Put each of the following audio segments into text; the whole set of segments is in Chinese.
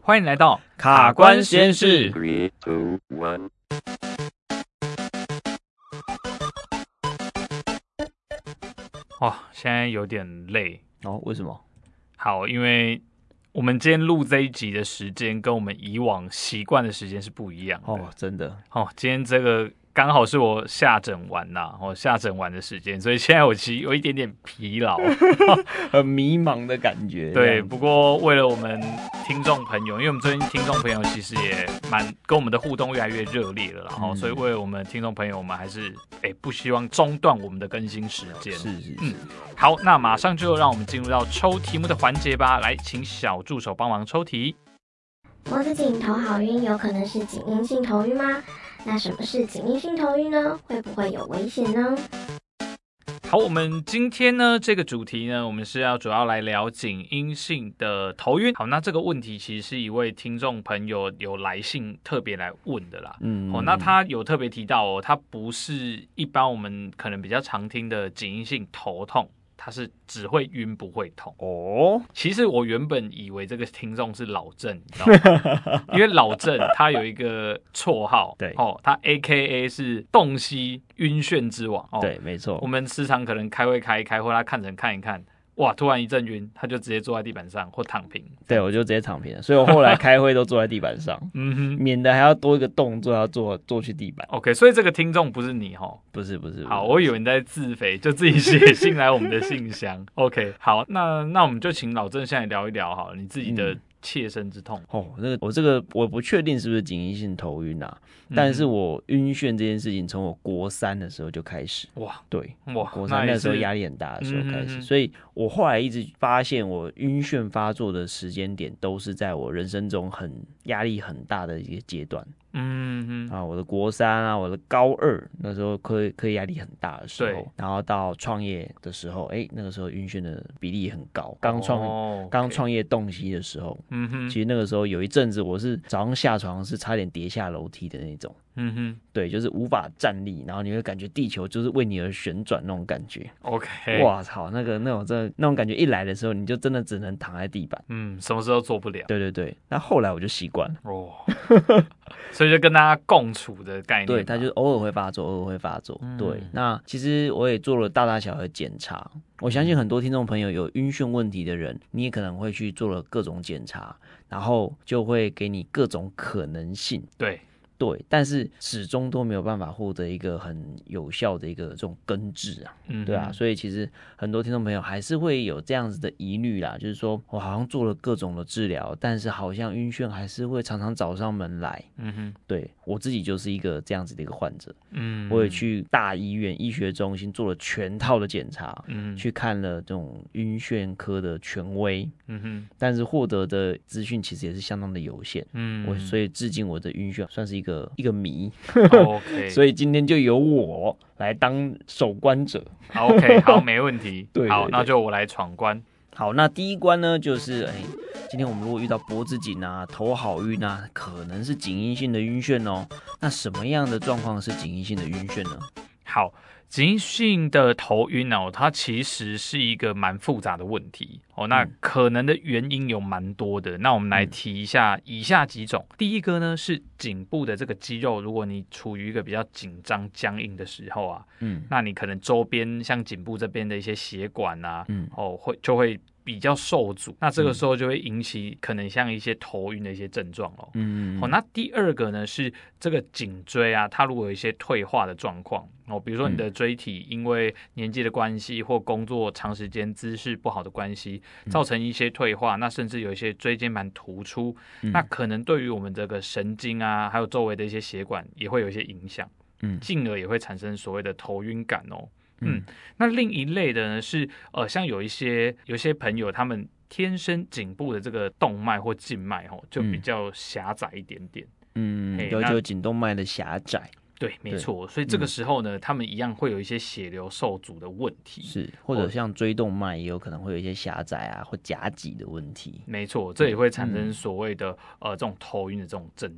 欢迎来到卡关实验室。 3, 2, 1。 哇，现在有点累哦，为什么？ 好，因为我们今天录这一集的时间跟我们以往习惯的时间是不一样的。 哦，真的。 哦，今天这个刚好是我下诊完啦，下诊完的时间，所以现在我其实有一点点疲劳， 很迷茫的感觉。 对，不过为了我们听众朋友，因为我们最近听众朋友其实也跟我们的互动越来越热烈了啦，所以为了我们听众朋友，我们还是不希望中断我们的更新时间。 是。 好，那马上就让我们进入到抽题目的环节吧。来，请小助手帮忙抽题。 脖子紧头好晕，有可能是颈因性头晕吗？那什么是颈因性头晕呢？会不会有危险呢？ 好，我们今天呢这个主题呢，我们是主要来聊颈因性的头晕。好，那这个问题其实是一位听众朋友有来信特别来问的啦。那他有特别提到他不是一般我们可能比较常听的颈因性头痛。他是只会晕不会痛哦。 其实我原本以为这个听众是老郑，你知道吗？因为老郑他有一个绰号， 对他 AKA 是洞悉晕眩之王。 对，没错。 我们时常可能开会开一开，或他看诊看一看，哇，突然一阵晕，他就直接坐在地板上或躺平。 对，我就直接躺平了，所以我后来开会都坐在地板上，免得还要多一个动作要坐去地板。 OK， 所以这个听众不是你齁？ 不是。 好，我以为你在自肥，就自己写信来我们的信箱。OK， 好，那我们就请老郑现在聊一聊好了，你自己的切身之痛。 我不确定是不是颈因性头晕啊，但是我晕眩这件事情从我国3的时候就开始。 哇， 对， 哇， 国3那时候压力很大的时候开始，所以我后来一直发现我晕眩发作的时间点都是在我人生中压力很大的一个阶段。我的国3啊，我的高2那时候课业压力很大的时候，然后到创业的时候，那个时候晕眩的比例也很高。刚创业洞悉的时候，其实那个时候有一阵子我是早上下床是差点跌下楼梯的那种。对，就是无法站立，然后你会感觉地球就是为你而旋转那种感觉。 OK， 哇操，那种感觉一来的时候，你就真的只能躺在地板， 什么事都做不了。 对，那后来我就习惯了。 所以就跟大家共处的概念。 对，他就偶尔会发作。对，那其实我也做了大大小小的检查。我相信很多听众朋友有晕眩问题的人，你也可能会去做了各种检查，然后就会给你各种可能性。对，但是始终都没有办法获得一个很有效的一个这种根治啊，对啊，所以其实很多听众朋友还是会有这样子的疑虑啦，就是说我好像做了各种的治疗，但是好像晕眩还是会常常找上门来。对，我自己就是一个这样子的一个患者。我也去大医院医学中心做了全套的检查，去看了这种晕眩科的权威，但是获得的资讯其实也是相当的有限。所以至今我的晕眩算是一个谜。 OK， 所以今天就由我来当守关者。 OK， 好，没问题。 对， 好，那就我来闯关。 好，那第一关呢，就是今天我们如果遇到脖子紧啊、头好晕啊，可能是颈因性的晕眩哦。那什么样的状况是颈因性的晕眩呢？ 好，颈因性的头晕它其实是一个蛮复杂的问题那可能的原因有蛮多的。那我们来提一下以下几种。第一个呢是颈部的这个肌肉，如果你处于一个比较紧张僵硬的时候啊，那你可能周边像颈部这边的一些血管啊，就会比较受阻，那这个时候就会引起可能像一些头晕的一些症状那第二个呢是这个颈椎啊，它如果有一些退化的状况比如说你的椎体因为年纪的关系或工作长时间姿势不好的关系，造成一些退化，那甚至有一些椎间盘突出，那可能对于我们这个神经啊，还有周围的一些血管也会有一些影响，进而也会产生所谓的头晕感那另一类的呢是像有一些朋友他们天生颈部的这个动脉或静脉就比较狭窄一点点， 就颈动脉的狭窄。 对，没错，所以这个时候呢，他们一样会有一些血流受阻的问题， 是，或者像椎动脉也有可能会有一些狭窄啊或夹挤的问题。 没错，这也会产生所谓的这种头晕的这种症状。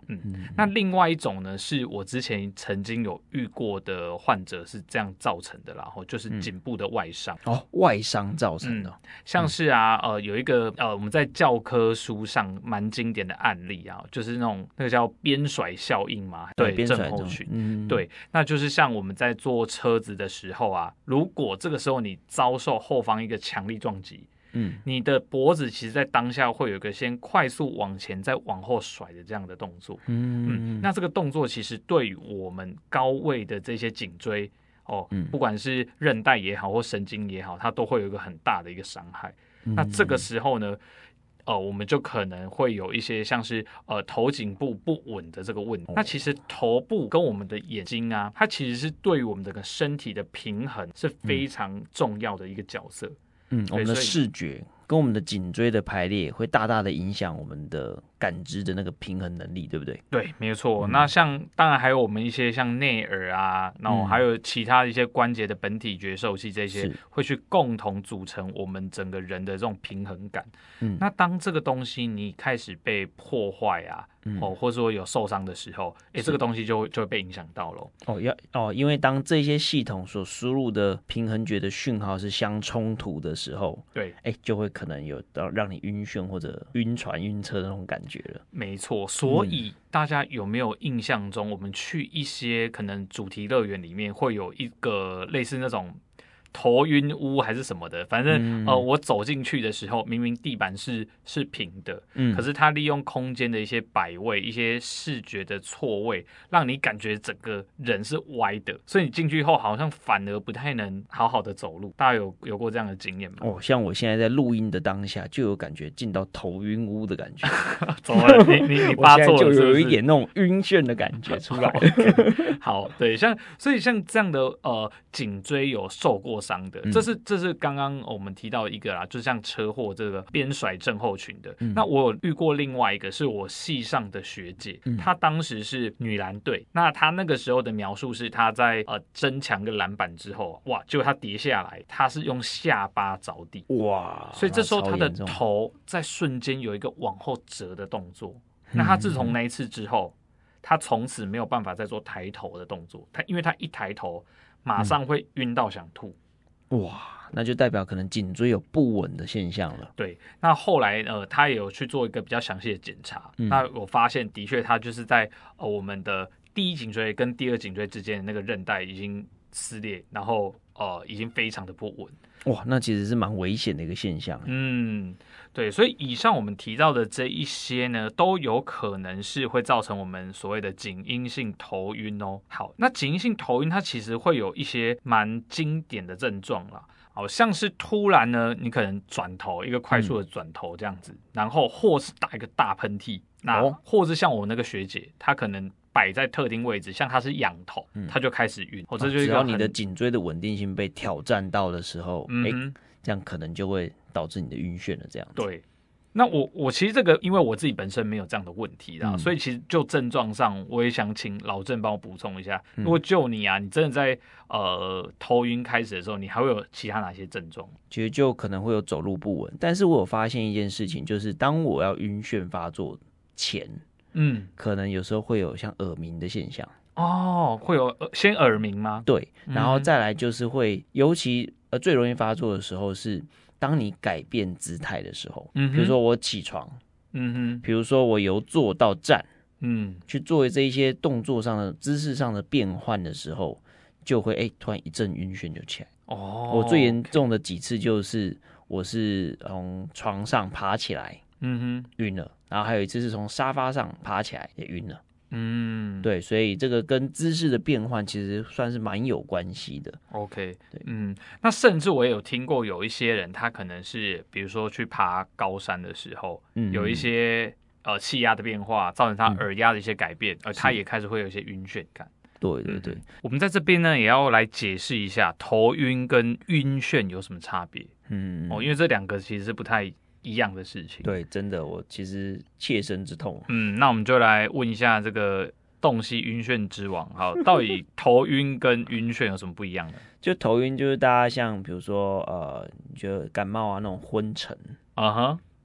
那另外一种呢，是我之前曾经有遇过的患者是这样造成的啦，就是颈部的外伤。 外伤造成的。 像是有一个我们在教科书上蛮经典的案例啊，就是那个叫边甩效应嘛，对，症候群。对，那就是像我们在坐车子的时候啊，如果这个时候你遭受后方一个强力撞击，你的脖子其实在当下会有一个先快速往前再往后甩的这样的动作。那这个动作其实对于我们高位的这些颈椎不管是韧带也好或神经也好，它都会有一个很大的一个伤害。那这个时候呢，我们就可能会有一些像是头颈部不稳的这个问题。那其实头部跟我们的眼睛啊，它其实是对于我们整个身体的平衡是非常重要的一个角色。 我们的视觉跟我们的颈椎的排列会大大的影响我们的感知的那个平衡能力，对不对？ 对，没有错。那当然还有我们一些像内耳啊，然后还有其他一些关节的本体觉受器，这些会去共同组成我们整个人的这种平衡感。那当这个东西你开始被破坏啊，或者说有受伤的时候，这个东西就会被影响到了。 因为当这些系统所输入的平衡觉的讯号是相冲突的时候， 对， 就会可能有到让你晕眩或者晕船晕车的那种感觉了。 没错，所以大家有没有印象中，我们去一些可能主题乐园里面会有一个类似那种头晕屋还是什么的，反正我走进去的时候，明明地板是平的，可是它利用空间的一些摆位、一些视觉的错位，让你感觉整个人是歪的，所以你进去后好像反而不太能好好的走路。大家有过这样的经验吗？ 像我现在在录音的当下，就有感觉进到头晕屋的感觉。 怎么了？你发作了是不是？ 就有一点那种晕眩的感觉出来。 好，对，所以像这样的颈椎有受过伤的，这是刚刚我们提到一个啦，就像车祸这个边甩症候群的。那我有遇过另外一个，是我系上的学姐，她当时是女篮队，那她那个时候的描述是她在争抢个篮板之后，哇，结果她跌下来，她是用下巴着地，哇，所以这时候她的头在瞬间有一个往后折的动作。那她自从那一次之后，她从此没有办法再做抬头的动作，因为她一抬头马上会晕到想吐。 哇，那就代表可能颈椎有不稳的现象了。 对，那后来他也有去做一个比较详细的检查，那我发现的确他就是在我们的第一颈椎跟第二颈椎之间的那个韧带已经撕裂，然后已经非常的不稳。 哇，那其实是蛮危险的一个现象。 对，所以以上我们提到的这一些呢，都有可能是会造成我们所谓的颈因性头晕哦。好，那颈因性头晕它其实会有一些蛮经典的症状啦，好像是突然呢，你可能转头一个快速的转头这样子，然后或是打一个大喷嚏，那或是像我那个学姐，她可能摆在特定位置，像她是仰头，她就开始晕。这就是只要你的颈椎的稳定性被挑战到的时候，这样可能就会导致你的晕眩了。这样子。 对。那我其实这个，因为我自己本身没有这样的问题啦，所以其实就症状上，我也想请老郑帮我补充一下。如果就你啊，你真的在头晕开始的时候，你还会有其他哪些症状？ 其实就可能会有走路不稳，但是我有发现一件事情，就是当我要晕眩发作前，可能有时候会有像耳鸣的现象。 会有先耳鸣吗？ 对，然后再来就是会，尤其最容易发作的时候是当你改变姿态的时候，比如说我起床，比如说我由坐到站，去做这一些动作上的姿势上的变换的时候，就会突然一阵晕眩就起来。我最严重的几次就是我是从床上爬起来，晕了，然后还有一次是从沙发上爬起来也晕了。对，所以这个跟姿势的变换其实算是蛮有关系的。 OK， 对，那甚至我也有听过有一些人，他可能是比如说去爬高山的时候，有一些气压的变化，造成他耳压的一些改变，而他也开始会有一些晕眩感。 对对对， 我们在这边呢也要来解释一下头晕跟晕眩有什么差别。因为这两个其实是不太一样的事情。 对，真的，我其实切身之痛。 那我们就来问一下这个洞悉晕眩之王，好，到底头晕跟晕眩有什么不一样呢？ 就头晕就是大家像比如说就感冒啊那种昏沉，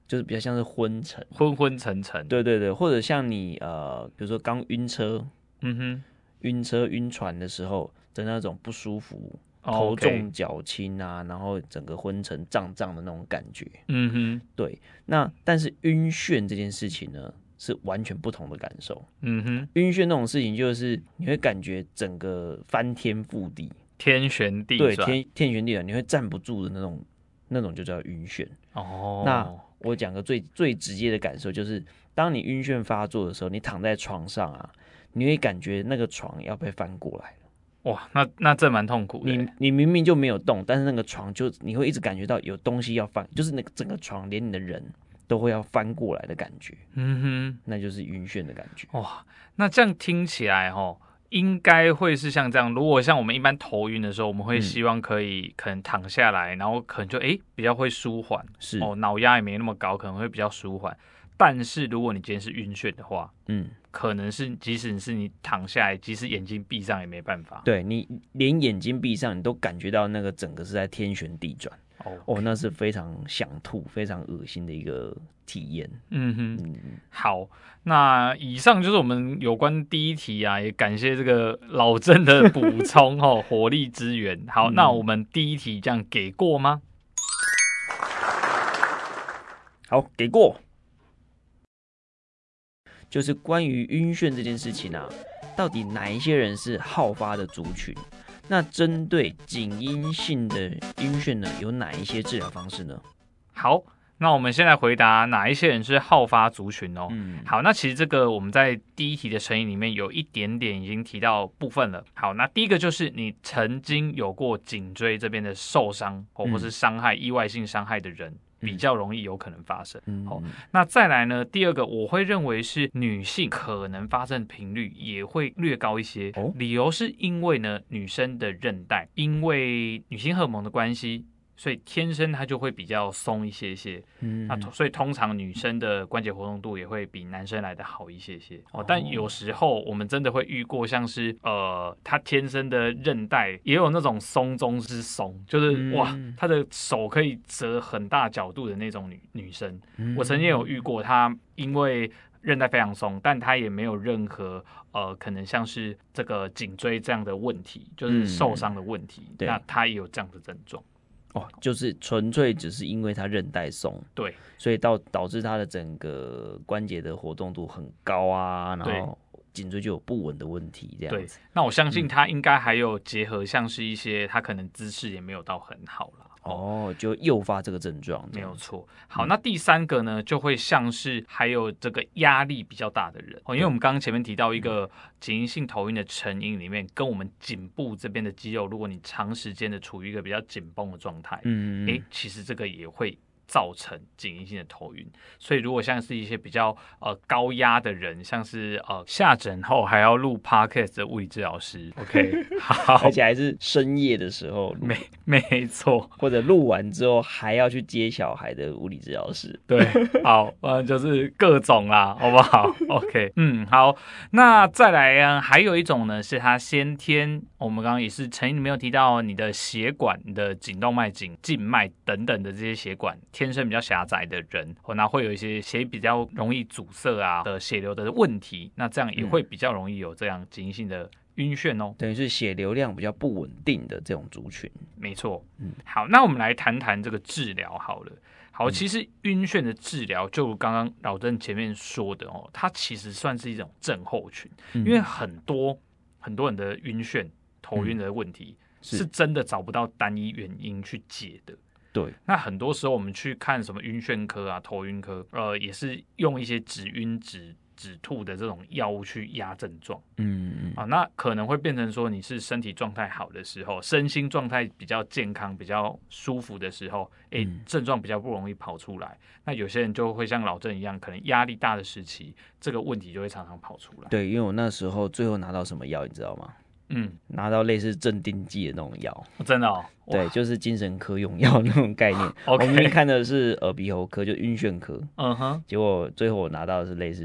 就是比较像是昏沉， 昏昏沉沉。 对对对，或者像你比如说刚晕车，晕车晕船的时候的那种不舒服，头重脚轻啊，然后整个昏沉胀胀的那种感觉。对。那但是晕眩这件事情呢，是完全不同的感受。晕眩那种事情就是你会感觉整个翻天覆地， 天旋地转， 对，天旋地转，你会站不住的那种就叫晕眩。那我讲个最直接的感受，就是当你晕眩发作的时候，你躺在床上啊，你会感觉那个床要被翻过来了。 哇，那这蛮痛苦的。 你明明就没有动，但是那个床就你会一直感觉到有东西要翻，就是那个整个床连你的人都会要翻过来的感觉。那就是晕眩的感觉。 哇，那这样听起来应该会是像这样。如果像我们一般头晕的时候，我们会希望可能躺下来，然后可能就比较会舒缓，是脑压也没那么高，可能会比较舒缓。但是如果你今天是晕眩的话，可能是即使是你躺下来，即使眼睛闭上也没办法。 对，你连眼睛闭上，你都感觉到那个整个是在天旋地转。那是非常想吐、非常恶心的一个体验。 好，那以上就是我们有关第一题啊，也感谢这个老郑的补充火力支援。好，那我们第一题这样给过吗？ 好，给过。就是关于晕眩这件事情啊，到底哪一些人是好发的族群？那针对颈因性的晕眩呢，有哪一些治疗方式呢？ 好，那我们先来回答哪一些人是好发族群哦。好，那其实这个我们在第一题的成因里面有一点点已经提到部分了。好，那第一个就是你曾经有过颈椎这边的受伤或是伤害、意外性伤害的人，比较容易有可能发生。那再来呢，第二个我会认为是女性可能发生频率也会略高一些。理由是因为呢，女生的韧带因为女性荷尔蒙的关系，所以天生它就会比较松一些些。那所以通常女生的关节活动度也会比男生来的好一些些。但有时候我们真的会遇过像是她天生的韧带也有那种松中之松，就是哇，她的手可以折很大角度的那种女生。我曾经有遇过，她因为韧带非常松，但她也没有任何可能像是这个颈椎这样的问题，就是受伤的问题。那她也有这样的症状。 就是纯粹只是因为它韧带松， 对， 所以导致它的整个关节的活动度很高啊，然后颈椎就有不稳的问题，这样子。 对，那我相信它应该还有结合像是一些它可能姿势也没有到很好啦。 就诱发这个症状， 没有错。好，那第三个呢，就会像是还有这个压力比较大的人，因为我们刚刚前面提到一个颈因性头晕的成因里面，跟我们颈部这边的肌肉，如果你长时间的处于一个比较紧绷的状态，其实这个也会造成颈因性的头晕。所以如果像是一些比较高压的人，像是下诊后还要录 podcast 的物理治疗师 ，OK， 好， 而且还是深夜的时候， 没错， 或者录完之后还要去接小孩的物理治疗师， 对，好，就是各种啦，好不好？OK， 好，那再来啊，还有一种呢，是他先天，我们刚刚也是成因里面有提到你的血管、你的颈动脉、静脉等等的这些血管。天生比较狭窄的人，那会有一些血比较容易阻塞啊的血流的问题，那这样也会比较容易有这样颈因性的晕眩哦， 等于是血流量比较不稳定的这种族群。 没错，好，那我们来谈谈这个治疗好了。好，其实晕眩的治疗，就刚刚老郑前面说的它其实算是一种症候群，因为很多人的晕眩、头晕的问题，是真的找不到单一原因去解的。 对， 那很多时候我们去看什么晕眩科啊、头晕科，也是用一些止晕、止吐的这种药物去压症状。那可能会变成说你是身体状态好的时候，身心状态比较健康、比较舒服的时候，症状比较不容易跑出来。那有些人就会像老郑一样，可能压力大的时期，这个问题就会常常跑出来。 对，因为我那时候最后拿到什么药，你知道吗？拿到类似镇定剂的那种药， 真的对，就是精神科用药那种概念。我明明看的是耳鼻喉科，就晕眩科，结果最后我拿到的是类似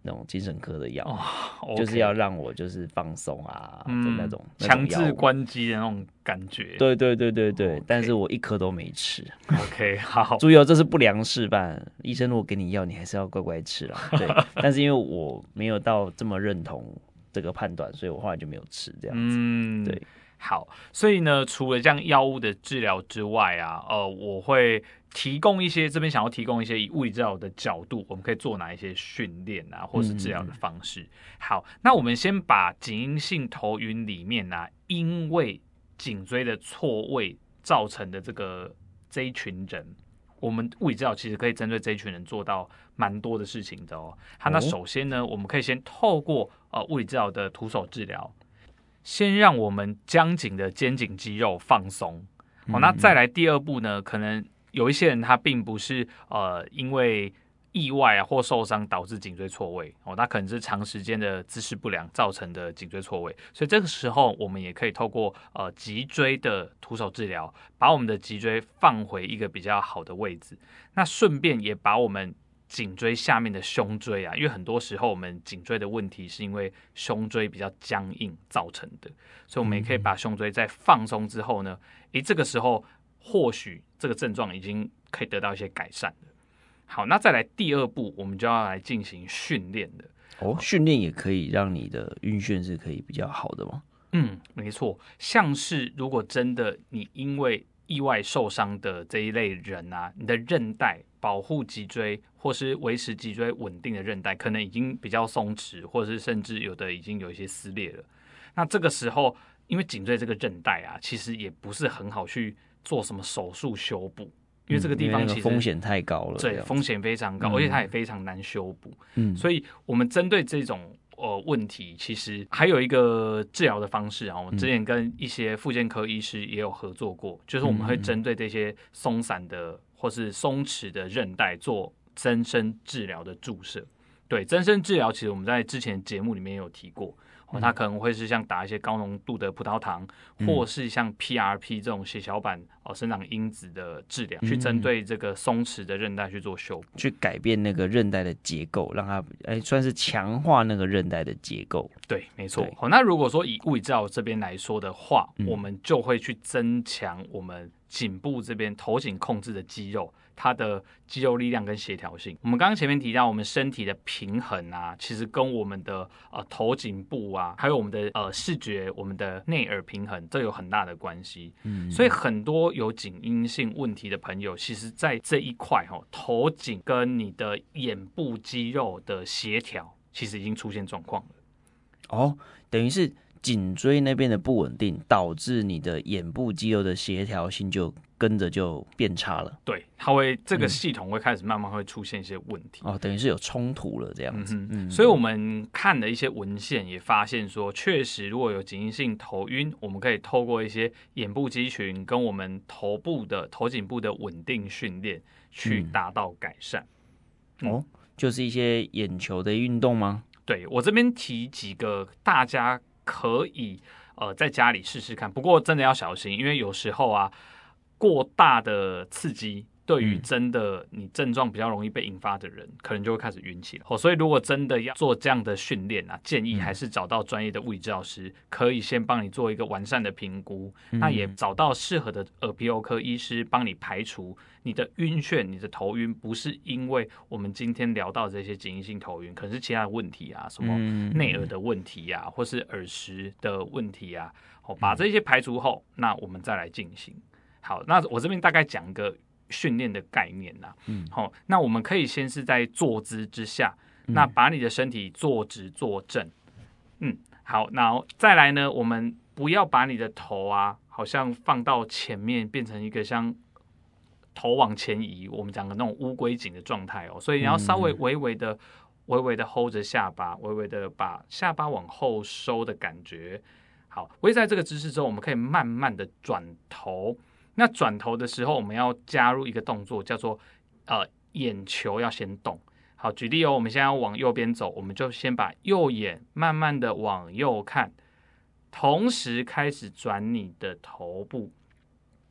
那种精神科的药， 哦， 就是要让我就是放松啊的那种强制关机的那种感觉。 对，但是我一颗都没吃。 OK， 好， 注意哦，这是不良示范。医生如果给你药，你还是要乖乖吃啦。对，但是因为我没有到这么认同这个判断，所以我后来就没有吃这样子。对。 好，所以呢，除了这样药物的治疗之外啊，我会提供一些这边想要提供一些以物理治疗的角度，我们可以做哪一些训练啊，或是治疗的方式。好，那我们先把颈因性头晕里面啊，因为颈椎的错位造成的这一群人，我们物理治疗其实可以针对这一群人做到蛮多的事情的哦。好，那首先呢，我们可以先透过物理治疗的徒手治疗。先让我们僵紧的肩颈肌肉放松，那再来第二步呢？可能有一些人他并不是因为意外啊或受伤导致颈椎错位，他可能是长时间的姿势不良造成的颈椎错位，所以这个时候我们也可以透过脊椎的徒手治疗，把我们的脊椎放回一个比较好的位置，那顺便也把我们颈椎下面的胸椎啊，因为很多时候我们颈椎的问题是因为胸椎比较僵硬造成的，所以我们也可以把胸椎在放松之后呢，这个时候或许这个症状已经可以得到一些改善了。好，那再来第二步，我们就要来进行训练的。 训练也可以让你的晕眩是可以比较好的吗？ 没错，像是如果真的你因为意外受伤的这一类人啊，你的韧带保护脊椎或是维持脊椎稳定的韧带可能已经比较松弛，或者是甚至有的已经有一些撕裂了。那这个时候，因为颈椎这个韧带啊，其实也不是很好去做什么手术修补，因为这个地方其实风险太高了， 对，风险非常高，而且它也非常难修补。所以我们针对这种问题，其实还有一个治疗的方式啊，我之前跟一些复健科医师也有合作过，就是我们会针对这些松散的或是松弛的韧带做增生治疗的注射。对，增生治疗其实我们在之前节目里面也有提过，它可能会是像打一些高浓度的葡萄糖，或是像 PRP 这种血小板生长因子的治疗，去针对这个松弛的韧带去做修补， 去改变那个韧带的结构，让它算是强化那个韧带的结构。 对，没错。好，那如果说以物理治疗这边来说的话，我们就会去增强我们颈部这边头颈控制的肌肉，它的肌肉力量跟协调性。我们刚刚前面提到，我们身体的平衡啊，其实跟我们的头颈部啊，还有我们的视觉、我们的内耳平衡，这有很大的关系。所以很多有颈因性问题的朋友，其实在这一块头颈跟你的眼部肌肉的协调，其实已经出现状况了。 等于是颈椎那边的不稳定，导致你的眼部肌肉的协调性就跟着就变差了。 对，这个系统会开始慢慢会出现一些问题。 等于是有冲突了这样子。 所以我们看了一些文献，也发现说，确实如果有颈因性头晕，我们可以透过一些眼部肌群跟我们头颈部的稳定训练，去达到改善。 就是一些眼球的运动吗？ 对，我这边提几个大家可以在家里试试看，不过真的要小心，因为有时候啊，过大的刺激对于真的你症状比较容易被引发的人，可能就会开始晕起来。所以如果真的要做这样的训练啊，建议还是找到专业的物理治疗师，可以先帮你做一个完善的评估，那也找到适合的耳鼻喉科医师帮你排除你的晕眩、你的头晕不是因为我们今天聊到这些颈因性头晕，可能是其他的问题啊，什么内耳的问题啊，或是耳石的问题啊。把这些排除后，那我们再来进行。好，那我这边大概讲一个训练的概念啦。那我们可以先是在坐姿之下，那把你的身体坐直坐正。好，那再来呢，我们不要把你的头啊，好像放到前面，变成一个像头往前移，我们讲的那种乌龟颈的状态所以你要稍微微微的 hold 着下巴，微微的把下巴往后收的感觉。好，围在这个姿势之后，我们可以慢慢的转头。那转头的时候，我们要加入一个动作，叫做眼球要先动。好，举例我们现在要往右边走，我们就先把右眼慢慢的往右看，同时开始转你的头部。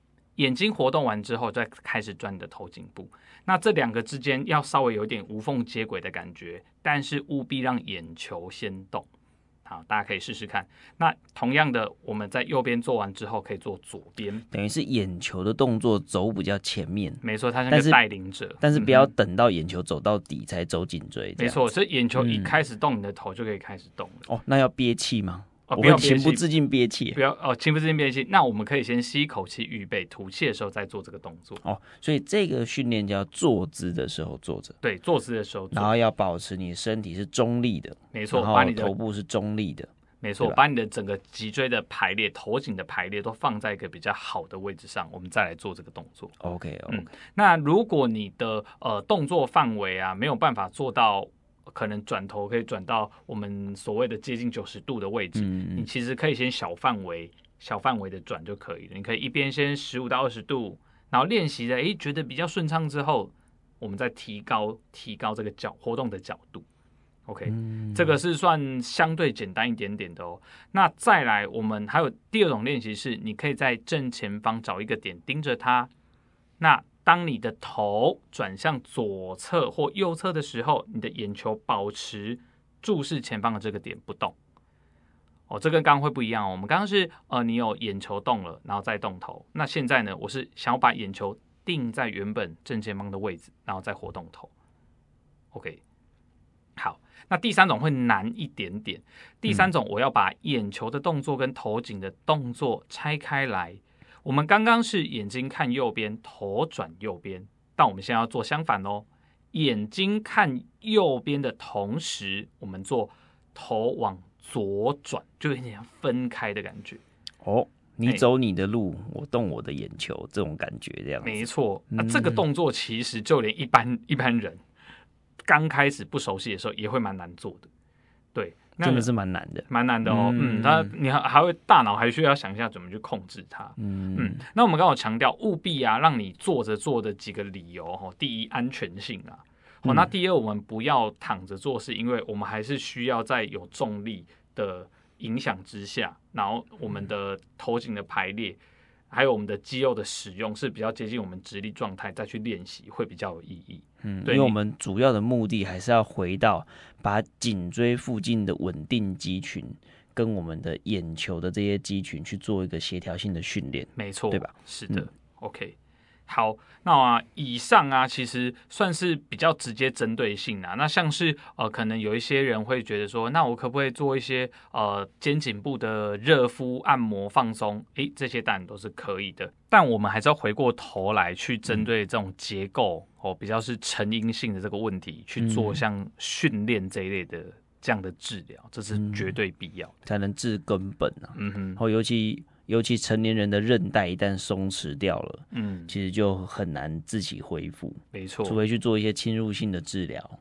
眼睛活动完之后，再开始转你的头颈部。那这两个之间要稍微有点无缝接轨的感觉，但是务必让眼球先动。好，大家可以试试看。那同样的，我们在右边做完之后，可以做左边， 等于是眼球的动作走比较前面， 没错，它像个带领者， 但是不要等到眼球走到底才走颈椎。 没错，所以眼球一开始动，你的头就可以开始动了。 哦，那要憋气吗？ 不要情不自禁憋气， 不要情不自禁憋气。那我们可以先吸一口气，预备吐气的时候再做这个动作。 所以这个训练叫坐姿的时候坐着， 对，坐姿的时候做， 然后要保持你身体是中立的， 没错， 然后头部是中立的， 没错，把你的整个脊椎的排列、头颈的排列都放在一个比较好的位置上，我们再来做这个动作。 OK， 那如果你的动作范围啊没有办法做到，可能转头可以转到我们所谓的接近90度的位置，你其实可以先小范围的转就可以了。你可以一边先15到20度，然后练习的觉得比较顺畅之后，我们再提高这个活动的角度。OK，这个是算相对简单一点点的哦。那再来，我们还有第二种练习是，你可以在正前方找一个点盯着它。那当你的头转向左侧或右侧的时候，你的眼球保持注视前方的这个点不动。这跟刚刚会不一样哦。我们刚刚是你有眼球动了，然后再动头。那现在呢，我是想要把眼球定在原本正前方的位置，然后再活动头。OK， 好。那第三种会难一点点。第三种我要把眼球的动作跟头颈的动作拆开来。我们刚刚是眼睛看右边，头转右边，但我们现在要做相反哦。眼睛看右边的同时，我们做头往左转，就有点分开的感觉。 你走你的路，我动我的眼球，这种感觉这样子。 没错，那这个动作其实就连一般人刚开始不熟悉的时候也会蛮难做的。对， 真的是蛮难的， 蛮难的哦。你还会大脑还需要想一下怎么去控制它。那我们刚好强调务必啊，让你坐着做的几个理由第一，安全性啊。那第二，我们不要躺着做，是因为我们还是需要在有重力的影响之下，然后我们的头颈的排列，还有我们的肌肉的使用是比较接近我们直立状态，再去练习会比较有意义。 对，因为我们主要的目的还是要回到把颈椎附近的稳定肌群跟我们的眼球的这些肌群去做一个协调性的训练， 没错， 对吧？ 是的，OK。好，那以上啊，其实算是比较直接针对性啊。那像是可能有一些人会觉得说，那我可不可以做一些肩颈部的热敷、按摩、放松？这些当然都是可以的。但我们还是要回过头来去针对这种结构比较是成因性的这个问题，去做像训练这一类的这样的治疗，这是绝对必要的， 才能治根本啊。尤其成年人的韧带一旦松弛掉了，其实就很难自己恢复。 没错， 除非去做一些侵入性的治疗。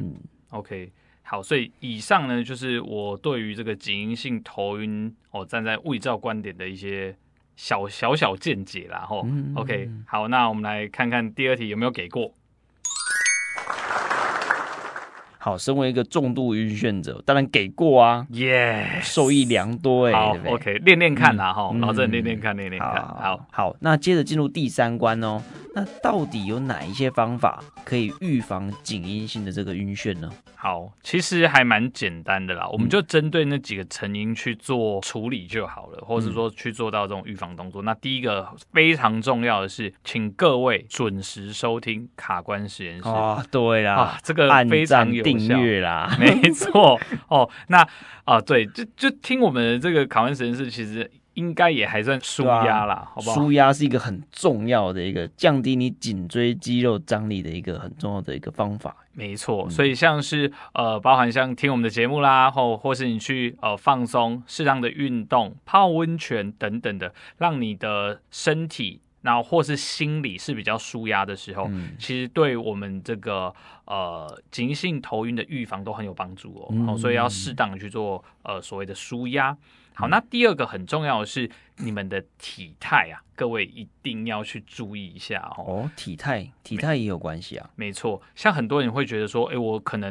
OK， 好，所以以上呢就是我对于这个颈因性头晕站在物理治疗观点的一些小见解啦。OK， 好，那我们来看看第二题有没有给过。 好，身为一个重度晕眩者，当然给过啊，受益良多好， 对不对 OK， 练练看啦老郑练练看。 好，那接着进入第三关哦。那到底有哪一些方法可以预防颈因性的这个晕眩呢？ 好，其实还蛮简单的啦，我们就针对那几个成因去做处理就好了，或是说去做到这种预防动作。那第一个非常重要的是，请各位准时收听卡关实验室。 对啦， 这个非常有效， 按赞订阅啦， 没错那对，就听我们的这个卡关实验室，其实应该也还算舒压啦，好不好？ 舒压是一个很重要的一个降低你颈椎肌肉张力的一个很重要的一个方法。 没错，所以像是包含像听我们的节目啦，或是你去放松、适当的运动、泡温泉等等的，让你的身体，然后或是心理是比较舒压的时候，其实对我们这个颈因性头晕的预防都很有帮助所以要适当的去做所谓的舒压。好，那第二个很重要的是你们的体态啊，各位一定要去注意一下体态也有关系啊。 没错，像很多人会觉得说，我可能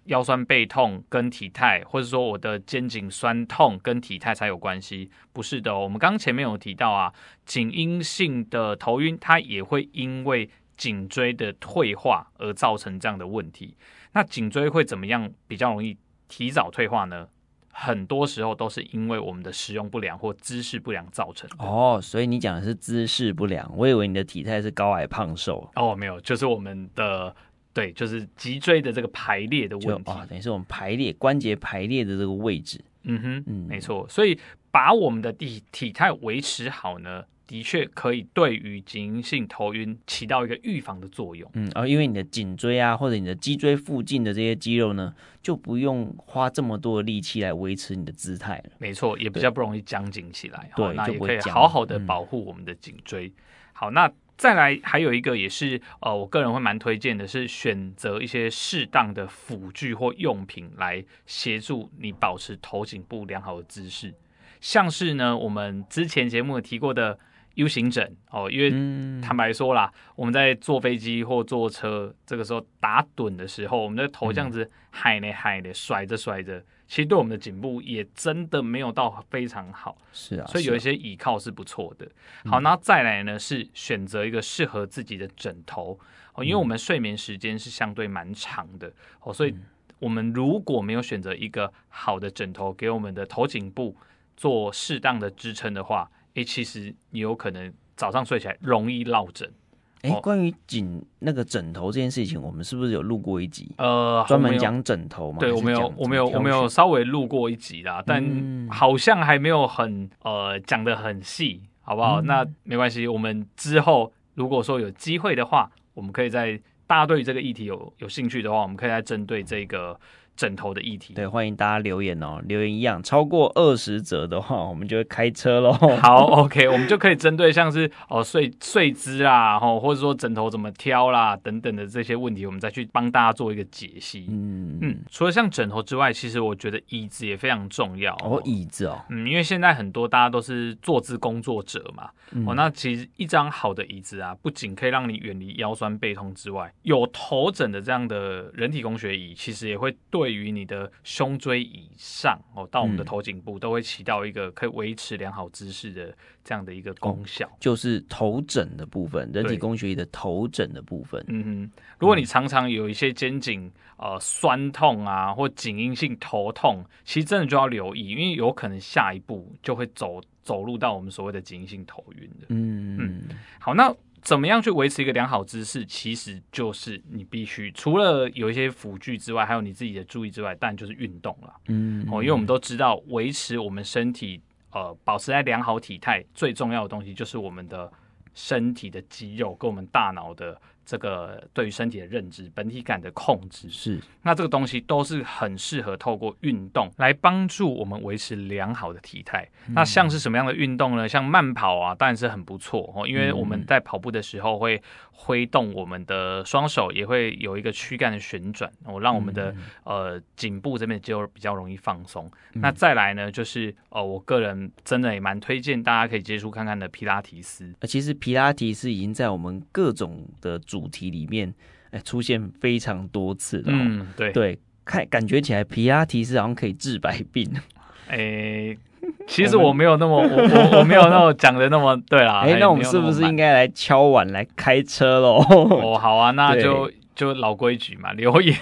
腰酸背痛跟体态，或者说我的肩颈酸痛跟体态才有关系，不是的哦。我们刚前面有提到啊，颈因性的头晕，它也会因为颈椎的退化而造成这样的问题。那颈椎会怎么样比较容易提早退化呢？很多时候都是因为我们的使用不良或姿势不良造成的。 哦，所以你讲的是姿势不良，我以为你的体态是高矮胖瘦。 哦，没有，就是我们的对，就是脊椎的这个排列的问题。 等于是我们关节排列的这个位置。 没错。所以把我们的体态维持好呢，的确可以对于颈因性头晕起到一个预防的作用。 因为你的颈椎啊，或者你的脊椎附近的这些肌肉呢，就不用花这么多的力气来维持你的姿态了。 没错，也比较不容易僵紧起来。 对， 那也可以好好的保护我们的颈椎。好，那再来还有一个也是我个人会蛮推荐的，是选择一些适当的辅具或用品来协助你保持头颈部良好的姿势，像是呢我们之前节目有提过的U 型枕因为坦白说啦，我们在坐飞机或坐车这个时候打盹的时候，我们的头这样子嗨呢甩着，其实对我们的颈部也真的没有到非常好。 是啊， 所以有一些倚靠是不错的。好，那再来呢是选择一个适合自己的枕头因为我们睡眠时间是相对蛮长的所以我们如果没有选择一个好的枕头给我们的头颈部做适当的支撑的话，其实你有可能早上睡起来容易落枕。 关于那个枕头这件事情，我们是不是有录过一集？ 专门讲枕头嘛？ 对，我们有稍微录过一集啦，但好像还没有很讲得很细，好不好？那没关系，我们之后如果说有机会的话，我们可以在大家对于这个议题有兴趣的话，我们可以再针对这个枕头的议题。 对，欢迎大家留言哦，留言一样超过20则的话，我们就会开车咯。 好 ，OK， 我们就可以针对像是睡姿啦，或者说枕头怎么挑啦等等的这些问题，我们再去帮大家做一个解析。除了像枕头之外，其实我觉得椅子也非常重要。 椅子因为现在很多大家都是坐姿工作者嘛，那其实一张好的椅子啊，不仅可以让你远离腰酸背痛之外，有头枕的这样的人体工学椅，其实也会对于你的胸椎以上到我们的头颈部都会起到一个可以维持良好姿势的这样的一个功效， 就是头枕的部分，人体工学椅的头枕的部分。 如果你常常有一些肩颈酸痛啊，或颈因性头痛，其实真的就要留意，因为有可能下一步就会走入到我们所谓的颈因性头晕的。好，那怎么样去维持一个良好姿势？其实就是你必须除了有一些辅具之外，还有你自己的注意之外，当然就是运动啦。因为我们都知道，维持我们身体保持在良好体态最重要的东西，就是我们的身体的肌肉跟我们大脑的这个对于身体的认知、本体感的控制。 是， 那这个东西都是很适合透过运动来帮助我们维持良好的体态。那像是什么样的运动呢？像慢跑啊，当然是很不错因为我们在跑步的时候会挥动我们的双手，也会有一个躯干的旋转让我们的颈部这边的肌肉比较容易放松。那再来呢，就是我个人真的也蛮推荐大家可以接触看看的皮拉提斯。 其实皮拉提斯已经在我们各种的主题里面出现非常多次了。对，感觉起来皮拉提斯好像可以治百病。 其实我没有那么我没有那么讲的那么对啦。 那我们是不是应该来敲碗来开车咯？ 好啊，那就老规矩嘛，留言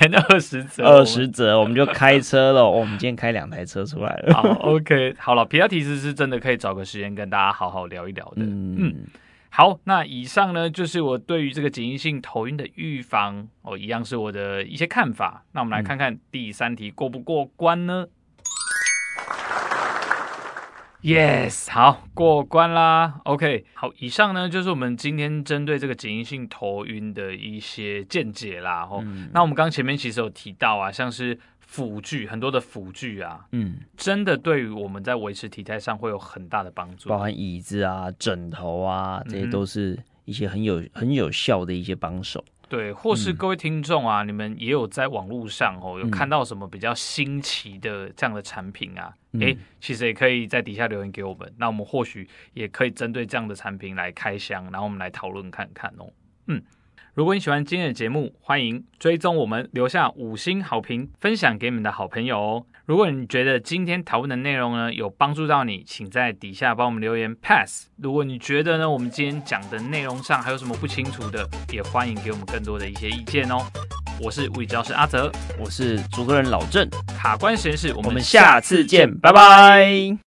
20则， 我们就开车了。我们今天开2台车出来了。 好 ，OK， 好了，皮拉提斯是真的可以找个时间跟大家好好聊一聊的。好，那以上呢就是我对于这个颈因性头晕的预防一样是我的一些看法。那我们来看看第3题过不过关呢？Yes， 好，过关啦。OK， 好，以上呢就是我们今天针对这个颈因性头晕的一些见解啦。那我们刚前面其实有提到啊，像是辅具，很多的辅具啊，真的对于我们在维持体态上会有很大的帮助， 包含椅子啊、枕头啊，这些都是一些很有效的一些帮手。 对，或是各位听众啊，你们也有在网络上有看到什么比较新奇的这样的产品啊？其实也可以在底下留言给我们，那我们或许也可以针对这样的产品来开箱，然后我们来讨论看看如果你喜欢今天的节目，欢迎追踪我们，留下5星好评，分享给你们的好朋友哦。如果你觉得今天讨论的内容呢有帮助到你，请在底下帮我们留言 pass。如果你觉得呢我们今天讲的内容上还有什么不清楚的，也欢迎给我们更多的一些意见哦。我是物理教师阿泽， 我是主持人老郑， 卡关实验室，我们下次见，拜拜。